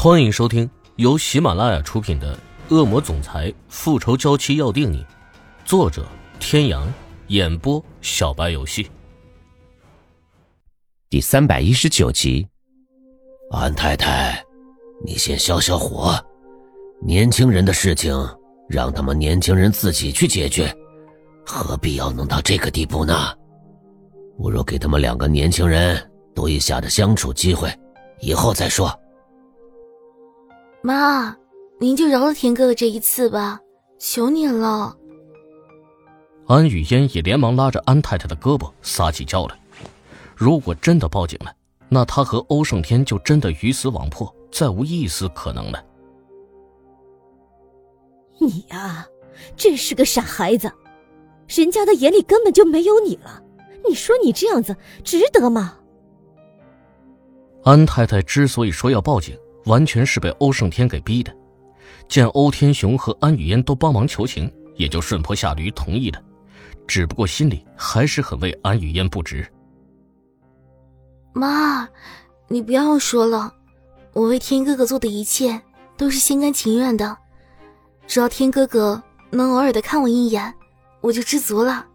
欢迎收听由喜马拉雅出品的《恶魔总裁复仇娇妻要定你》，作者天阳，演播小白游戏。 第319集。 安太太，你先消消火，年轻人的事情让他们年轻人自己去解决，何必要弄到这个地步呢？不如给他们2个年轻人多一下的相处机会，以后再说。 妈，您就饶了田哥哥这一次吧，求您了。 安雨嫣也连忙拉着安太太的胳膊撒起娇来。如果真的报警了，那他和欧胜天就真的鱼死网破，再无一丝可能了。 你啊，真是个傻孩子，人家的眼里根本就没有你了，你说你这样子值得吗？ 安太太之所以说要报警，完全是被欧胜天给逼的。见欧天雄和安雨嫣都帮忙求情，也就顺坡下驴同意了，只不过心里还是很为安雨嫣不值。 妈，你不要说了，我为天哥哥做的一切都是心甘情愿的，只要天哥哥能偶尔的看我一眼，我就知足了。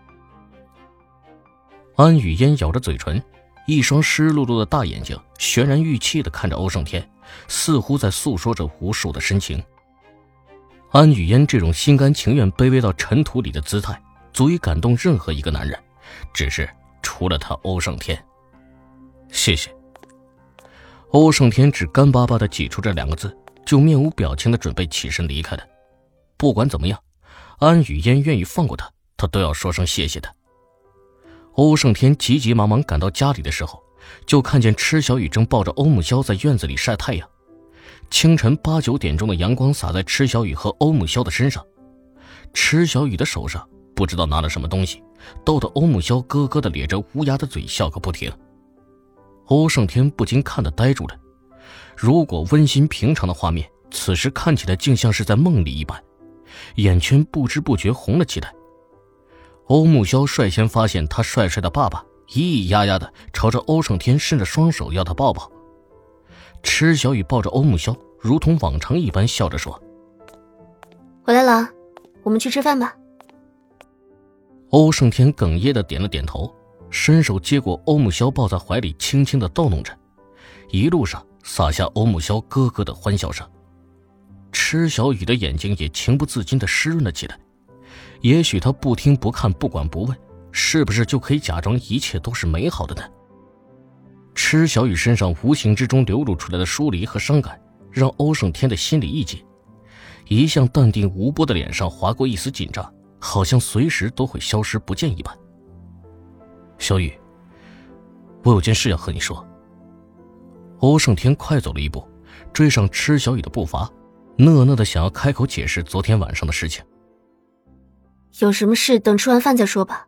安雨嫣咬着嘴唇，一双湿漉漉的大眼睛悬然欲泣地看着欧胜天，似乎在诉说着无数的深情。安雨嫣这种心甘情愿卑微到尘土里的姿态，足以感动任何一个男人，只是除了他欧胜天。谢谢。欧胜天只干巴巴地挤出这2个字，就面无表情地准备起身离开了。不管怎么样，安雨嫣愿意放过他，他都要说声谢谢的。欧胜天急急忙忙赶到家里的时候，就看见池小雨正抱着欧木萧在院子里晒太阳。清晨8、9点钟的阳光洒在池小雨和欧木萧的身上，池小雨的手上不知道拿了什么东西，逗得欧木萧咯咯地咧着乌鸦的嘴笑个不停。欧胜天不禁看得呆住了，如果温馨平常的画面，此时看起来竟像是在梦里一般，眼圈不知不觉红了起来。欧木萧率先发现他帅帅的爸爸咿咿呀呀的朝着欧胜天伸着双手要他抱抱。池小雨抱着欧木萧，如同往常一般笑着说： 回来了，我们去吃饭吧。 欧胜天哽咽的点了点头，伸手接过欧木萧抱在怀里，轻轻的逗弄着，一路上洒下欧木萧咯咯的欢笑声。池小雨的眼睛也情不自禁的湿润了起来。也许他不听不看不管不问，是不是就可以假装一切都是美好的呢？池小雨身上无形之中流露出来的疏离和伤感，让欧胜天的心里一紧，一向淡定无波的脸上划过一丝紧张，好像随时都会消失不见一般。小雨，我有件事要和你说。欧胜天快走了一步，追上池小雨的步伐，讷讷的想要开口解释昨天晚上的事情。 有什么事等吃完饭再说吧。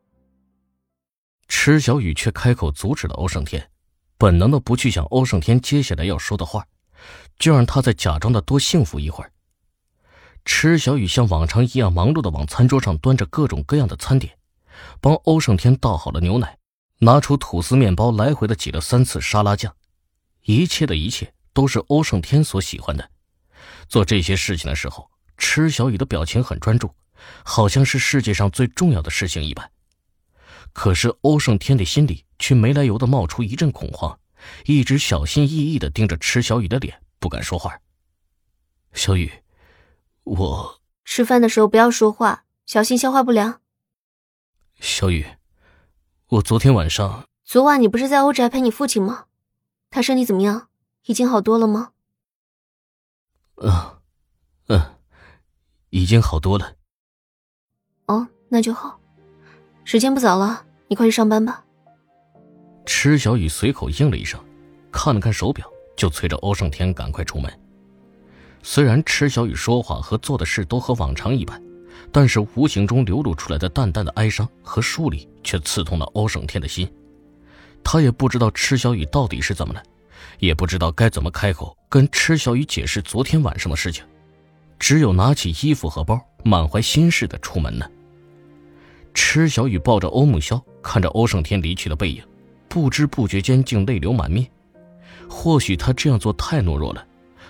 池小雨却开口阻止了欧胜天，本能的不去想欧胜天接下来要说的话，就让他再假装的多幸福一会儿。池小雨像往常一样忙碌的往餐桌上端着各种各样的餐点，帮欧胜天倒好了牛奶，拿出吐司面包，来回的挤了3次沙拉酱。一切的一切都是欧胜天所喜欢的。做这些事情的时候，池小雨的表情很专注，好像是世界上最重要的事情一般。可是欧胜天的心里却没来由地冒出一阵恐慌，一直小心翼翼地盯着池小雨的脸，不敢说话。小雨，我吃饭的时候不要说话，小心消化不良。 小雨，我昨天晚上…… 昨晚你不是在欧宅陪你父亲吗？他身体怎么样？已经好多了吗？ 已经好多了。 哦，那就好。时间不早了，你快去上班吧。 池小雨随口应了一声，看了看手表，就催着欧胜天赶快出门。虽然池小雨说话和做的事都和往常一般，但是无形中流露出来的淡淡的哀伤和疏离却刺痛了欧胜天的心。他也不知道池小雨到底是怎么了，也不知道该怎么开口跟池小雨解释昨天晚上的事情，只有拿起衣服和包，满怀心事的出门了。池小雨抱着欧木萧，看着欧胜天离去的背影，不知不觉间竟泪流满面。或许他这样做太懦弱了，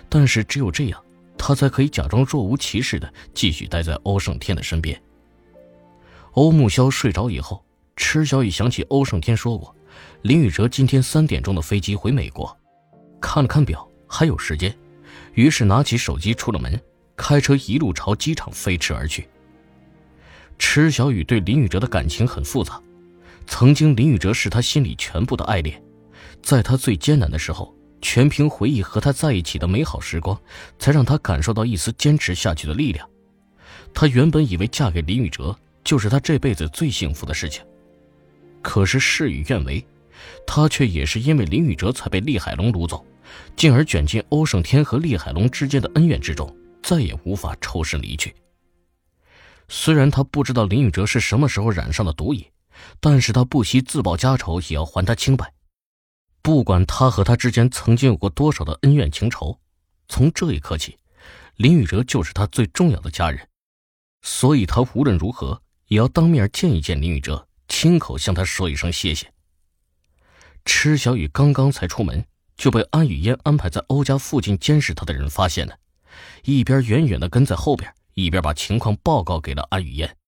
但是只有这样，他才可以假装若无其事地继续待在欧胜天的身边。欧木萧睡着以后，池小雨想起欧胜天说过林宇哲今天3点钟的飞机回美国，看了看表还有时间，于是拿起手机出了门，开车一路朝机场飞驰而去。池小雨对林宇哲的感情很复杂，曾经林宇哲是他心里全部的爱恋，在他最艰难的时候，全凭回忆和他在一起的美好时光，才让他感受到一丝坚持下去的力量。他原本以为嫁给林宇哲就是他这辈子最幸福的事情，可是事与愿违，他却也是因为林宇哲才被厉海龙掳走，进而卷进欧胜天和厉海龙之间的恩怨之中，再也无法抽身离去。虽然他不知道林宇哲是什么时候染上的毒瘾，但是他不惜自报家仇也要还他清白。不管他和他之间曾经有过多少的恩怨情仇，从这一刻起，林宇哲就是他最重要的家人，所以他无论如何也要当面见一见林宇哲，亲口向他说一声谢谢。池小雨刚刚才出门，就被安雨嫣安排在欧家附近监视他的人发现了，一边远远地跟在后边，一边把情况报告给了安雨嫣。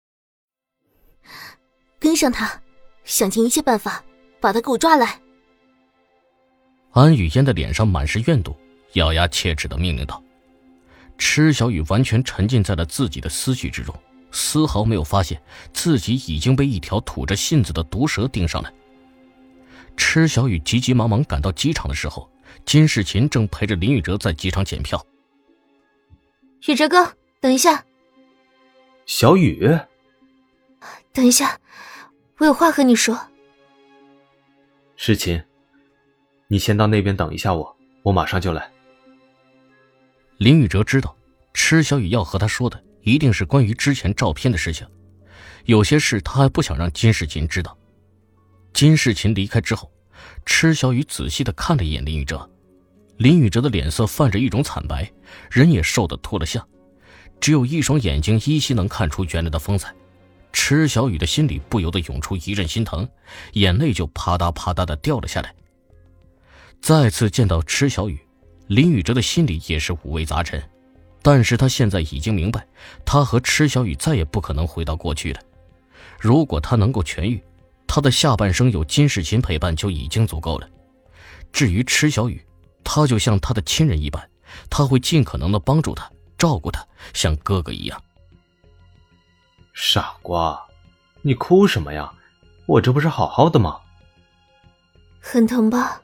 跟上他，想尽一切办法把他给我抓来。 安雨嫣的脸上满是怨毒，咬牙切齿地命令道。池小雨完全沉浸在了自己的思绪之中，丝毫没有发现自己已经被一条吐着信子的毒蛇盯上了。池小雨急急忙忙赶到机场的时候，金世琴正陪着林宇哲在机场检票。 宇哲哥，等一下。 小雨， 等一下，我有话和你说。 世琴，你先到那边等一下我马上就来。 林宇哲知道池小雨要和他说的一定是关于之前照片的事情，有些事他还不想让金世琴知道。金世琴离开之后，池小雨仔细地看了一眼林宇哲，林宇哲的脸色泛着一种惨白，人也瘦得脱了相，只有一双眼睛依稀能看出原来的风采。池小雨的心里不由得涌出一阵心疼，眼泪就啪嗒啪嗒地掉了下来。再次见到池小雨，林宇哲的心里也是五味杂陈，但是他现在已经明白，他和池小雨再也不可能回到过去了。如果他能够痊愈，他的下半生有金世琴陪伴就已经足够了。至于池小雨，他就像他的亲人一般，他会尽可能的帮助他，照顾他，像哥哥一样。 傻瓜，你哭什么呀？我这不是好好的吗？ 很疼吧？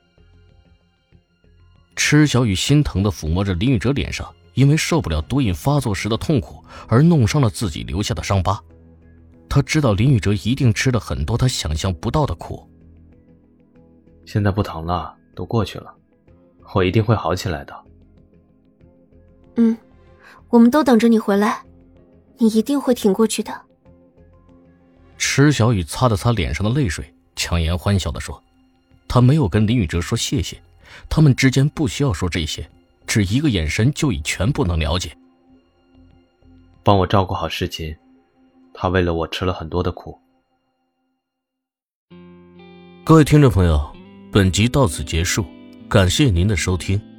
池小雨心疼地抚摸着林宇哲脸上因为受不了毒瘾发作时的痛苦而弄伤了自己留下的伤疤。他知道林宇哲一定吃了很多他想象不到的苦。 现在不疼了，都过去了，我一定会好起来的。 我们都等着你回来，你一定会挺过去的。 池小雨擦了擦脸上的泪水，强颜欢笑地说，他没有跟林宇哲说谢谢，他们之间不需要说这些，只一个眼神就已全部能了解。 帮我照顾好世琴，他为了我吃了很多的苦。 各位听众朋友，本集到此结束，感谢您的收听。